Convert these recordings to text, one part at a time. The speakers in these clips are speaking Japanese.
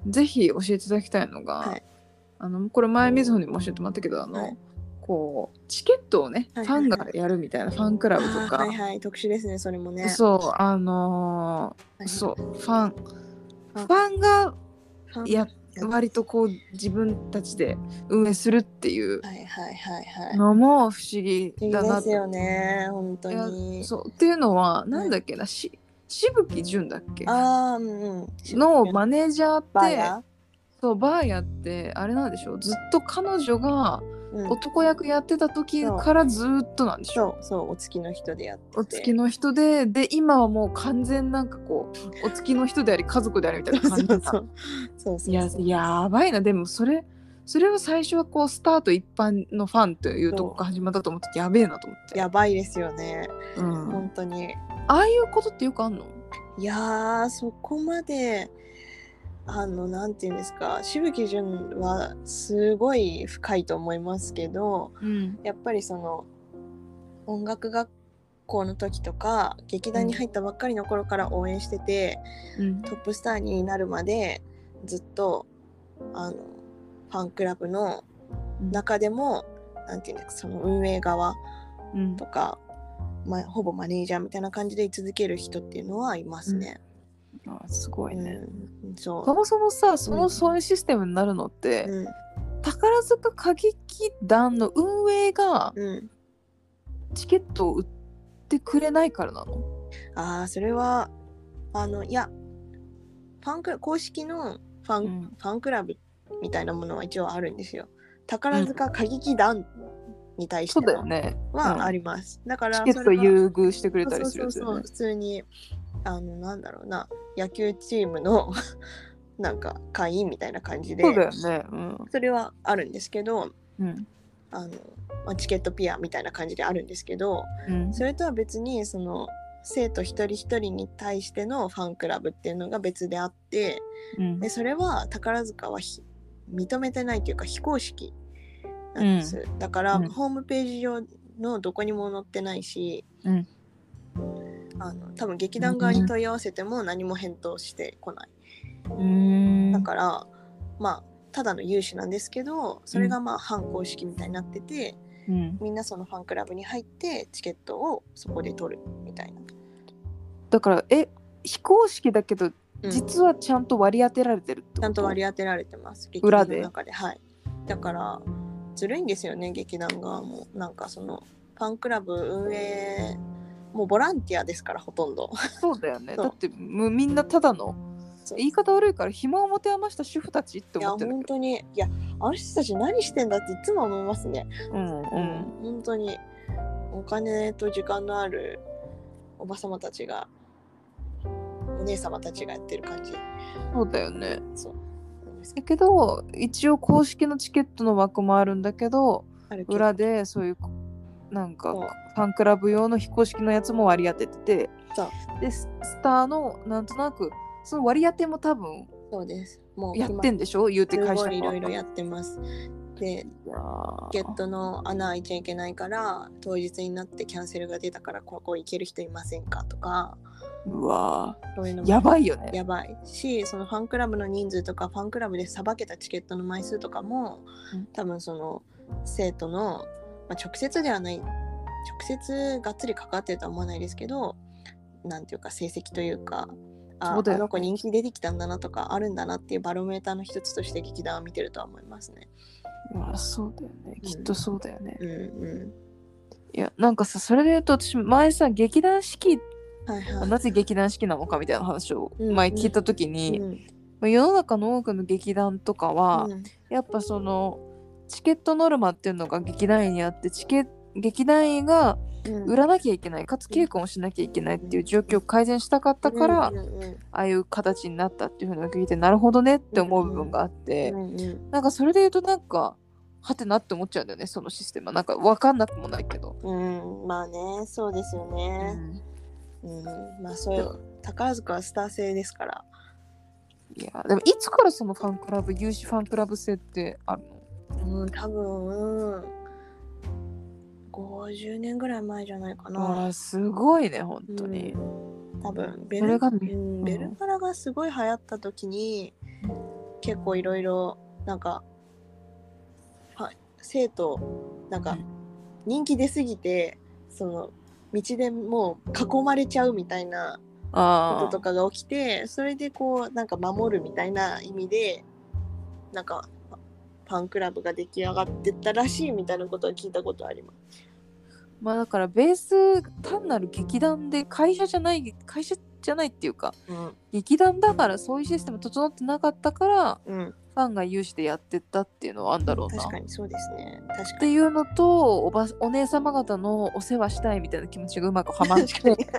ぜひ教えていただきたいのが、 はい、 これ前みずほにも教えてもらったけどはい、 こうチケットをね、 はいファンがやるみたいなファンクラブとか、 はいはい、特殊ですね、それもね。 そうはいそうファフンがァン割とこう自分たちで運営するっていうはいはいはいはい。 のも不思議不思議だなって。 ですよね、本当いやに。 そうっていうのはなんだはい、 っけな、しぶきじゅんだっけうんうん。 のマネージャーってバーヤそうバーやってあれなんでしょ、ずっと彼女がうん。 男役やってた時そう、 からずっとなんでしょ。 そう、そう、お付きの人でやってお付きて。 の人で今はもう完全なんかこうお付きの人であり家族でありみたいな感じだ。 そうそう。そうそうそう。 やばいな。でもそれは最初はこうスタート一般のファンというとこから始まったと思ってやべえなと思って。 やばいですよね。 うん。 本当に。 ああいうことってよくあんの？ いやー、そこまで、なんていうんですか、しぶきじゅんはすごい深いと思いますけど、やっぱりその、音楽学校の時とか、劇団に入ったばっかりの頃から応援してて、トップスターになるまでずっと、ファンクラブの中でも、なんていうんですか、その運営側とか、ほぼマネージャーみたいな感じで居続ける人っていうのはいますね。 すごいね。 そもそもさ、そういうシステムになるのって、宝塚歌劇団の運営がチケットを売ってくれないからなの？ それは、いや、公式のファンクラブみたいなものは一応あるんですよ。宝塚歌劇団に対してはあります。だからチケット優遇してくれたりするんですよね。 そう普通になんだろうな、野球チームのなんか会員みたいな感じで、 そうだよね。 それはあるんですけど、チケットピアみたいな感じであるんですけど、それとは別にその生徒一人一人に対してのファンクラブっていうのが別であって、でそれは宝塚は認めてないというか非公式なんです。だから、ホームページ上のどこにも載ってないし、多分劇団側に問い合わせても何も返答してこない。だからただの有志なんですけど、それが反公式みたいになってて、みんなそのファンクラブに入ってチケットをそこで取るみたいな。 だから非公式だけど、実はちゃんと割り当てられてるってこと？ ちゃんと割り当てられてます、 裏で。 劇団の中で。はい。だからずるいんですよね、劇団側も。なんかそのファンクラブ運営もうボランティアですから、ほとんど。 そうだよね。だってみんなただの、言い方悪いから暇を持て余した主婦たちって思ってる。 いや本当に、あの人たち何してんだっていつも思いますね。本当にお金と時間のあるおばさまたちが、お姉様たちがやってる感じ。 そうだよね。 そうだけど一応公式のチケットの枠もあるんだけど、裏でそういうなんかファンクラブ用の非公式のやつも割り当ててて、でスターのなんとなくその割り当ても多分そうです。もうやってんでしょ、言うて会社もいろいろやってます。でチケットの穴開いちゃいけないから当日になってキャンセルが出たからここ行ける人いませんかとか、 そういうのもやばいよね。 やばいし、そのファンクラブの人数とかファンクラブでさばけたチケットの枚数とかも、多分その生徒の、直接ではない、直接がっつり関わってるとは思わないですけど、なんていうか成績というか、あの子人気出てきたんだなとかあるんだなっていうバロメーターの一つとして劇団は見てるとは思いますね。 そうだよね、きっとそうだよね。いやなんかさ、それで言うと私前さ劇団四季、なぜ劇団四季なのかみたいな話を前聞いた時に、世の中の多くの劇団とかは、やっぱそのチケットノルマっていうのが劇団員にあって、劇団員が売らなきゃいけない、かつ稽古もしなきゃいけないっていう状況を改善したかったから、ああいう形になったっていう風な聞いて、なるほどねって思う部分があって、なんかそれで言うとなんかはてなって思っちゃうんだよね、そのシステムは。なんか分かんなくもないけど。 まあね、そうですよね。そういう宝塚はスター制ですから。 いやでもいつからそのファンクラブ、有志ファンクラブ制ってあるの？ 多分50年ぐらい前じゃないかな。 すごいね、本当に。 多分ベルパラがすごい流行った時に、 結構いろいろなんか生徒なんか人気出すぎてその道でもう囲まれちゃうみたいなこととかが起きて、それでこうなんか守るみたいな意味でなんかファンクラブが出来上がってったらしいみたいなことは聞いたことあります。 まあだからベース単なる劇団で会社じゃないっていうか、劇団だからそういうシステム整ってなかったから、ファンが有志でやってったっていうのはあるんだろうな。 確かにそうですね。確かにっていうのとお姉様方のお世話したいみたいな気持ちがうまくはまって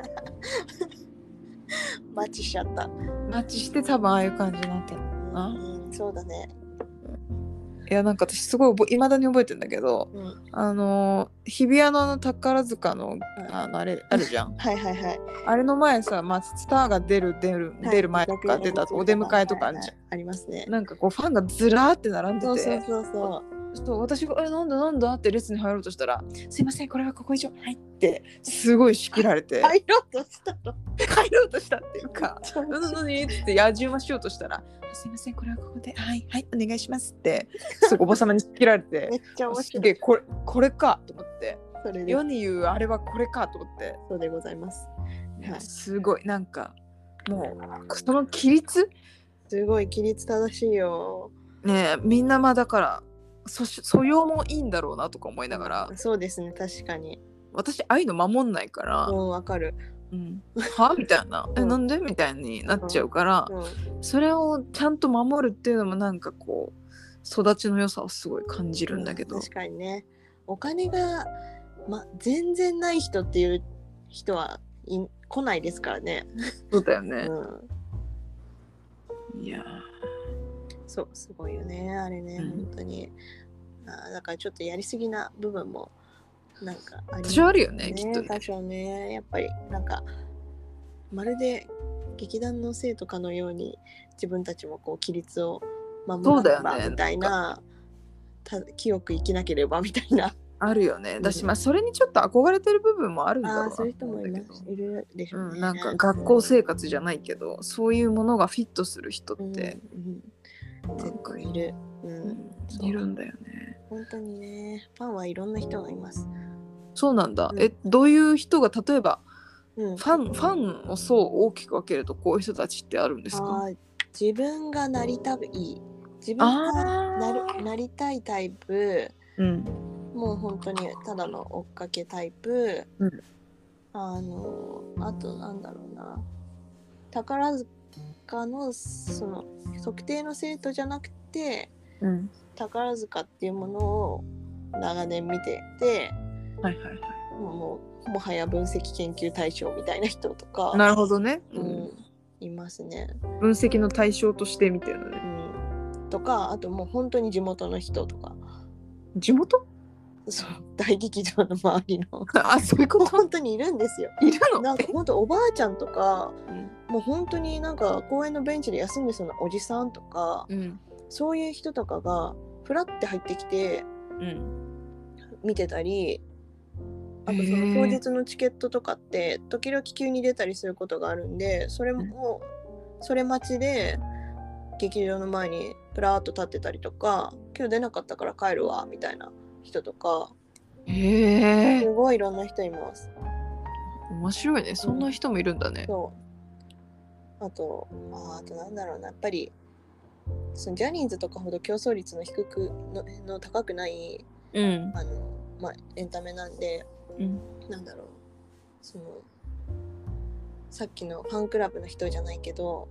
マッチしちゃった。 マッチして多分ああいう感じになってるな。 そうだね。 いやなんか私すごい未だに覚えてるんだけど、日比谷の宝塚のあれあるじゃんはいはいはい。 あれの前さ、スターが出る前とか出たお出迎えとかあるじゃん、 ありますね。 なんかこうファンがずらーって並んでて、 そう私がなんだって列に入ろうとしたら、すいませんこれはここ以上はいってすごい仕切られて入ろうとしたっていうか何って野獣馬しようとしたら、すいませんこれはここではいお願いしますっておばさまに仕切られてめっちゃ面白い。 これかと思って、 それで世に言うあれはこれかと思って。 そうでございます、 すごいなんかもうその規律すごい規律正しいよね。みんなだから素養もいいんだろうなとか思いながら、 そうですね、確かに私ああいうの守んないから、 わかる、 はみたいな、なんでみたいになっちゃうから、それをちゃんと守るっていうのもなんかこう育ちの良さをすごい感じるんだけど、 確かにね。お金が、全然ない人っていう人は来ないですからね。 そうだよね、いやそうすごいよねあれね、本当に。だからちょっとやりすぎな部分もなんかありますね。 多少あるよね、きっとね。 多少ね、やっぱりなんかまるで劇団の生徒かのように自分たちもこう規律を守らばみたいな、清く生きなければみたいなあるよね。だし、それにちょっと憧れてる部分もあるんだろうな。 そういう人もいるでしょうね。 なんか学校生活じゃないけど、そういうものがフィットする人って絶対いる。 いるんだよね。 本当にね、ファンはいろんな人がいます。 そうなんだ。どういう人が例えば、ファンの層を大きく分けるとこういう人たちってあるんですか？ 自分がなりたい、自分がなりたいタイプ、もう本当にただの追っかけタイプ、あとなんだろうな、宝塚のその特定の生徒じゃなくて、宝塚っていうものを長年見てて、もはや分析研究対象みたいな人とか。 なるほどね、 いますね。 分析の対象として見てるのね、 とか、あともう本当に地元の人とか。 地元？ そう大劇場の周りのそういうこと本当にいるんですよ。 いるの？ なんか本当おばあちゃんとか、もう本当になんか公園のベンチで休んでそうなおじさんとか、そういう人とかがフラって入ってきて、見てたり、あとその当日のチケットとかって時々急に出たりすることがあるんで、それ待ちで劇場の前にプラーっと立ってたりとか、今日出なかったから帰るわみたいな人とか、すごいいろんな人います。 面白いね、そんな人もいるんだね。 あとなんだろうな、やっぱりそのジャニーズとかほど競争率の高くない、エンタメなんで、なんだろう、そのさっきのファンクラブの人じゃないけど、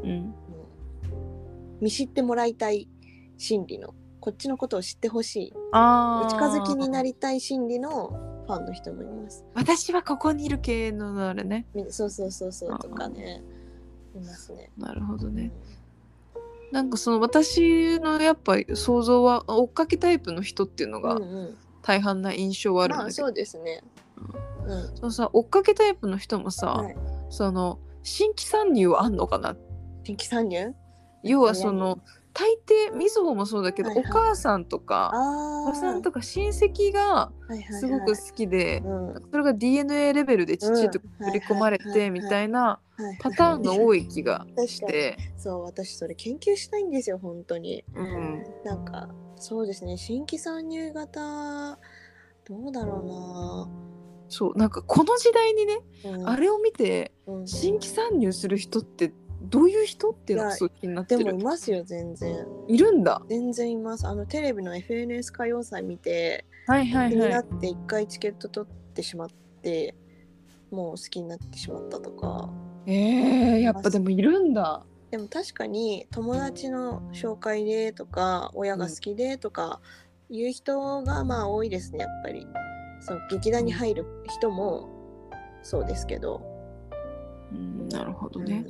見知ってもらいたい心理の、こっちのことを知ってほしい、お近づきになりたい心理のファンの人もいます。 私はここにいる系のあれね。 そうとかね、いますね。 なるほどね。なんかその私のやっぱり想像は追っかけタイプの人っていうのが大半な印象はあるんだけど、 そうですね。 そのさ、追っかけタイプの人もさ、その新規参入はあんのかな？ 新規参入？ 要はその大抵みずほもそうだけど、お母さんとかおばさんとか親戚がすごく好きで、それが DNA レベルで父と振り込まれてみたいなパターンが多い気がして、 そう、私それ研究したいんですよ本当に。なんかそうですね、新規参入型どうだろうな。 そうなんかこの時代にね、あれを見て、新規参入する人ってどういう人っていうのがすごい気になってる。 でもいますよ、全然いるんだ。 全然います。テレビの FNS 歌謡祭見て、気になって一回チケット取ってしまってもう好きになってしまったとか。 やっぱでもいるんだ。 でも確かに友達の紹介でとか親が好きでとかいう人がまあ多いですね、やっぱり。そう劇団に入る人もそうですけど。 なるほどね。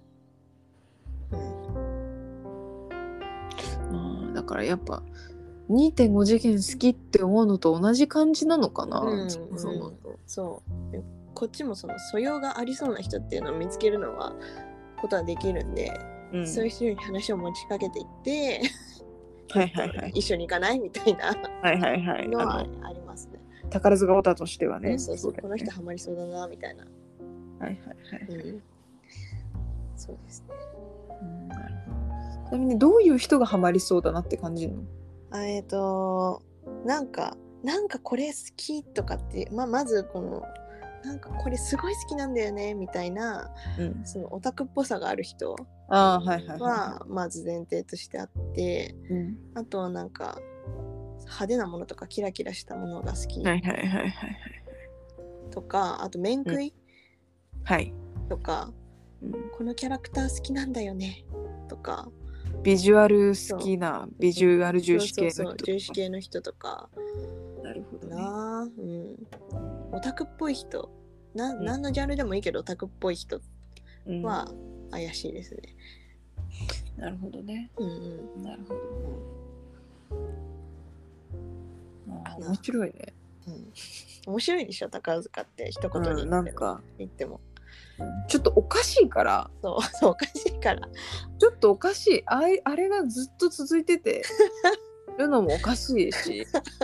だからやっぱ 2.5 次元好きって思うのと同じ感じなのかな。 そうこっちもその素養がありそうな人っていうのを見つけるのはことはできるんで、そういう人に話を持ちかけていって一緒に行かないみたいなのはありますね。 宝塚オタとしてはね。 そうこの人ハマりそうだなみたいな。そうですね。 ちなみにどういう人がハマりそうだなって感じるの？ なんかこれ好きとかって、まずこのなんかこれすごい好きなんだよねみたいな、そのオタクっぽさがある人はまず前提としてあって、あとはなんか派手なものとかキラキラしたものが好きとか、あと面食いとか、このキャラクター好きなんだよねとか、 ビジュアル好きなビジュアル重視系の人とか。 重視系の人とか。 なるほどね。オタクっぽい人、何のジャンルでもいいけどオタクっぽい人は怪しいですね。 なるほどね。なるほど。面白いね。 面白いでしょ、宝塚って一言に言っても。 ちょっとおかしいから。 そうおかしいから。 ちょっとおかしい。あれがずっと続いててるのもおかしいし。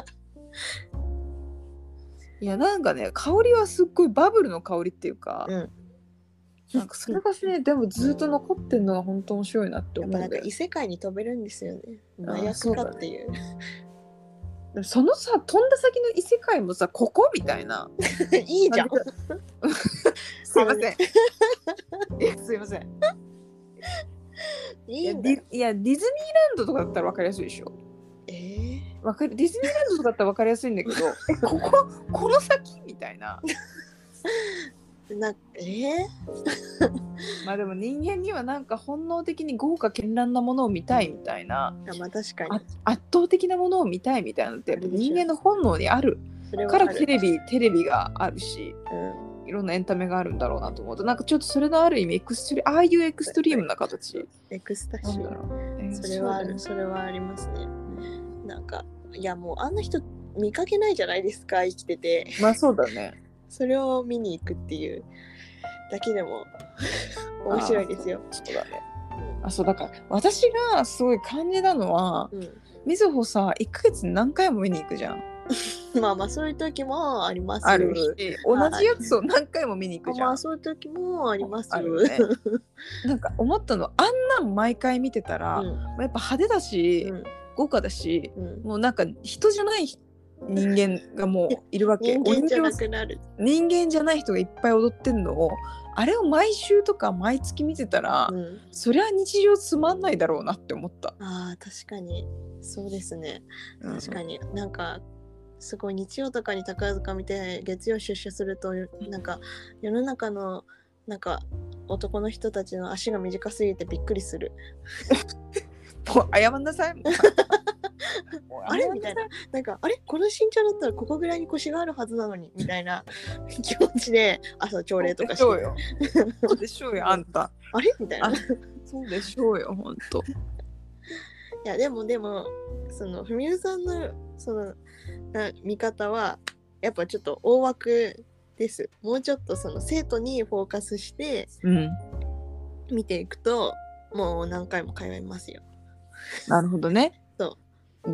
いやなんかね、香りはすっごいバブルの香りっていうか、なんかそれがねでもずっと残ってんのが本当面白いなって思うんだよ。やっぱなんか異世界に飛べるんですよね。麻薬かっていう。 そのさ飛んだ先の異世界もさここみたいな。 いいじゃん。 すいません。すいません。いやディズニーランドとかだったら分かりやすいでしょ。 ディズニーランドとかだったら分かりやすいんだけどこの先みたいな。まあでも人間にはなんか本能的に豪華絢爛なものを見たいみたいな、 確かに圧倒的なものを見たいみたいなのってやっぱ人間の本能にあるからテレビがあるし、いろんなエンタメがあるんだろうなと思うと、なんかちょっとそれのある意味ああいうエクストリームな形、 エクスタシー、それはありますね。なんかいやもうあんな人見かけないじゃないですか、生きてて。 まあそうだね。 それを見に行くっていうだけでも面白いですよ。 そうだね。そうだから私がすごい感じたのは、みずほさ1ヶ月に何回も見に行くじゃん。 まあそういう時もあります。 あるし、同じやつを何回も見に行くじゃん。 そういう時もあります。 ね、なんか思ったの、あんなん毎回見てたら、やっぱ派手だし、豪華だし、もうなんか人じゃない人間がもういるわけ。 人間じゃなくなる。 人間じゃない人がいっぱい踊ってんのを、あれを毎週とか毎月見てたら、そりゃ日常つまんないだろうなって思った。 確かにそうですね。確かになんかすごい日曜とかに宝塚見て月曜出社するとなんか世の中のなんか男の人たちの足が短すぎてびっくりする。 もう謝んなさい。 あれみたいな、なんかあれこの身長だったらここぐらいに腰があるはずなのにみたいな気持ちで朝朝礼とかして。 そうでしょうよあんた。 あれみたいな。 そうでしょうよ本当。 いやでもそのふみるさんのその見方はやっぱちょっと大枠です。もうちょっとその生徒にフォーカスして見ていくと、もう何回も通いますよ。 なるほどね。 そう。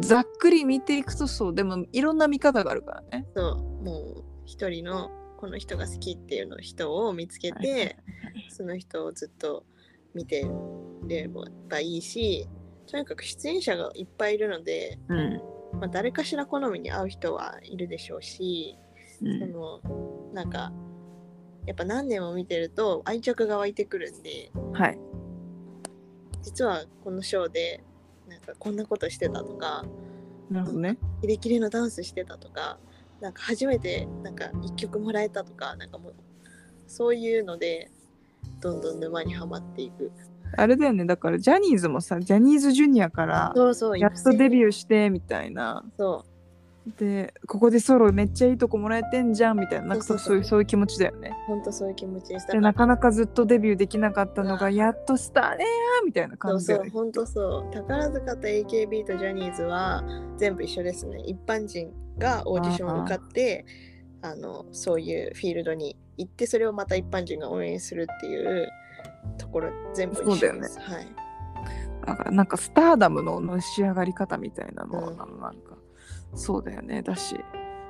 ざっくり見ていくとそう。でもいろんな見方があるからね。 そう。もう一人のこの人が好きっていうの人を見つけて、その人をずっと見てればいいし、とにかく出演者がいっぱいいるので、まあ、誰かしら好みに合う人はいるでしょうし、そのなんかやっぱ何年も見てると愛着が湧いてくるんで、 はい、 実はこのショーでなんかこんなことしてたとか、 なるほどね、 キレキレのダンスしてたとか、なんか初めてなんか1曲もらえたとか、なんかもうそういうのでどんどん沼にはまっていく。 あれだよね。だからジャニーズもさ、ジャニーズジュニアからやっとデビューしてみたいな。 そうでここでソロめっちゃいいとこもらえてんじゃんみたいな、なんかそういう気持ちだよね。 本当そういう気持ちでした。 でなかなかずっとデビューできなかったのがやっとスターねーみたいな感じで、 そう本当そう。宝塚と AKB とジャニーズは全部一緒ですね。一般人がオーディション受かってそういうフィールドに行って、それをまた一般人が応援するっていうところ全部一緒です。そうだよね。はい。 だからなんかスターダムののし上がり方みたいなのはなんか、そうだよね。だし、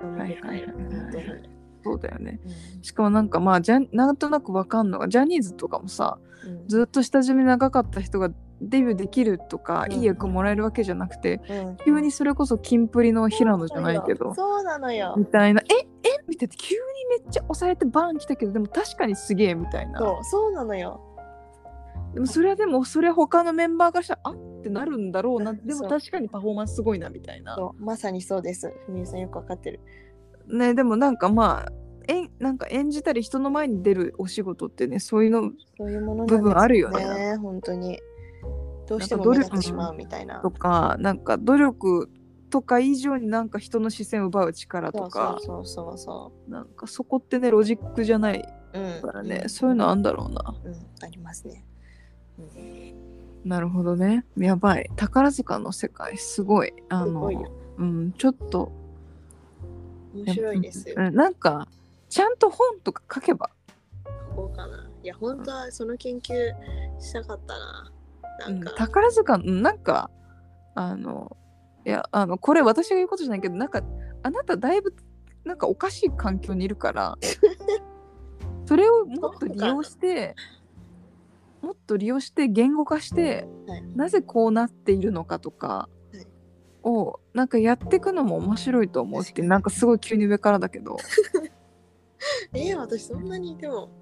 そうだよね。しかもなんかまあなんとなくわかんのがジャニーズとかもさ、ずっと下積み長かった人がデビューできるとか、いい役もらえるわけじゃなくて、急にそれこそキンプリの平野じゃないけど、 そうなのよみたいなみたいな、急にめっちゃ抑えてバーン来たけど、でも確かにすげえみたいな。 そうなのよ。 でもそれは他のメンバーがしたらあってなるんだろうな。でも確かにパフォーマンスすごいなみたいな。 まさにそうです。ふみさんよくわかってるね。でもなんかまあなんか演じたり人の前に出るお仕事ってね、そういうもの部分あるよね。 本当にどうしても目立ってしまうみたいなとか、なんか努力とか以上になんか人の視線を奪う力とか、なんかそこってねロジックじゃないからね、そういうのあんだろうな。 ありますね。 なるほどね。やばい。宝塚の世界すごい。ちょっと面白いですよ。 なんかちゃんと本とか書けば。 書こうかな。いや本当はその研究したかったな。なんか、 宝塚なんかいやこれ私が言うことじゃないけど、なんかあなただいぶなんかおかしい環境にいるからそれをもっと利用して言語化して、なぜこうなっているのかとかをなんかやっていくのも面白いと思うって、なんかすごい急に上からだけど私そんなにでも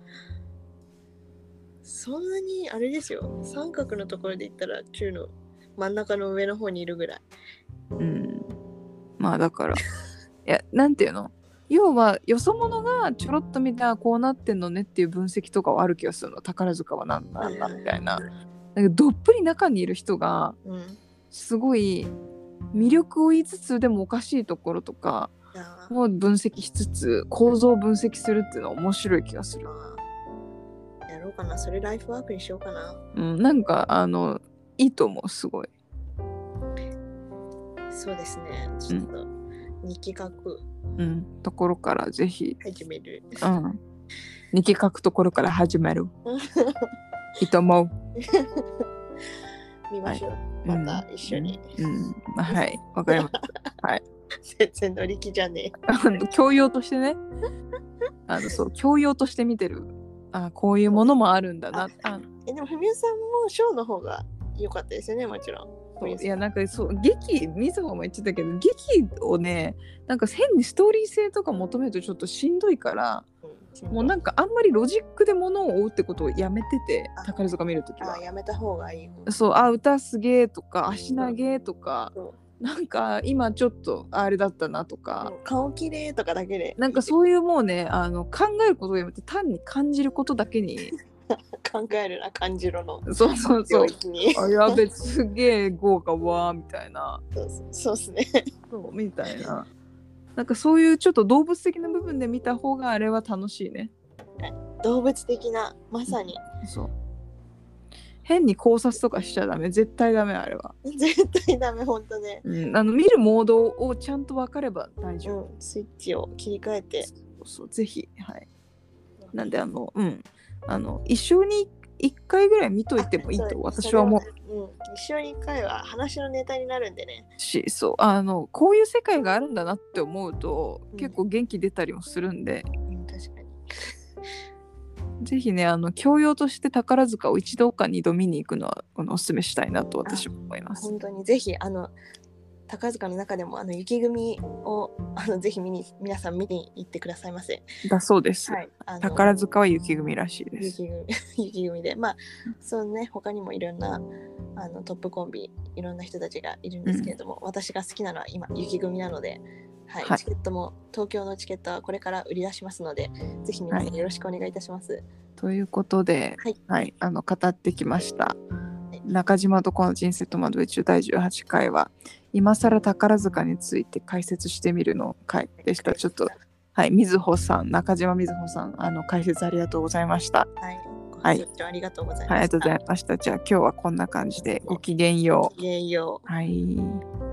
そんなにあれですよ。三角のところで言ったら中の真ん中の上の方にいるぐらい。 まあだからいやなんていうの、要はよそ者がちょろっと見たらこうなってんのねっていう分析とかはある気がするの。宝塚はなんだみたいな。だけどどっぷり中にいる人がすごい魅力を言いつつでもおかしいところとかを分析しつつ構造を分析するっていうのは面白い気がする。 やろうかな。それライフワークにしようかな。 なんかいいと思う。すごい。 そうですね。ちょっと日記書くところからぜひ始める。 日記書くところから始めるいいと思う。 見ましょう。また一緒に。 はい、わかりました。はい。 全然乗り気じゃねえ。教養としてね。そう教養として見てる。こういうものもあるんだな。 でもふみおさんもショーの方が良かったですよね、もちろん。 いやなんかそう劇みずほも言ってたけど、劇をねなんか変にストーリー性とか求めるとちょっとしんどいから、もうなんかあんまりロジックで物を追うってことをやめてて、宝塚見るときはやめた方がいい。 そう歌すげーとか足投げとか、なんか今ちょっとあれだったなとか、 顔きれいとかだけでなんかそういうもうね考えることをやめて単に感じることだけに考えるな、感じろのそうやべすげえ豪華わーみたいな、 そうっすねそうみたいな、なんかそういうちょっと動物的な部分で見た方があれは楽しいね。 動物的な、まさにそう変に考察とかしちゃダメ、絶対ダメ、あれは絶対ダメ、ほんとね。 見るモードをちゃんと分かれば大丈夫、 スイッチを切り替えてそうぜひ、はい。なんで一緒に 1回ぐらい見といてもいいと私は思う。 一生に1回は話のネタになるんでね。 そうこういう世界があるんだなって思うと、結構元気出たりもするんで、 確かにぜひね教養として宝塚を一度か二度見に行くのはお勧めしたいなと私も思います。 本当にぜひ宝塚の中でも雪組をぜひ皆さん見に行ってくださいませ。 だそうです、はい、宝塚は雪組らしいです。 雪組でそうね、他にもいろんなトップコンビいろんな人たちがいるんですけれども、私が好きなのは今雪組なので、はい、チケットも東京のチケットはこれから売り出しますので、ぜひ皆さんよろしくお願いいたします。 ということで、はい語ってきました。中島とこの人生と窓宇宙第18回は今更宝塚について解説してみるの回でした。ちょっとみずほさん、中島みずほさん解説ありがとうございました。 はい、ありがとうございました。 ありがとうございました。じゃあ今日はこんな感じでごきげんよう。 ごきげんよう。 はい。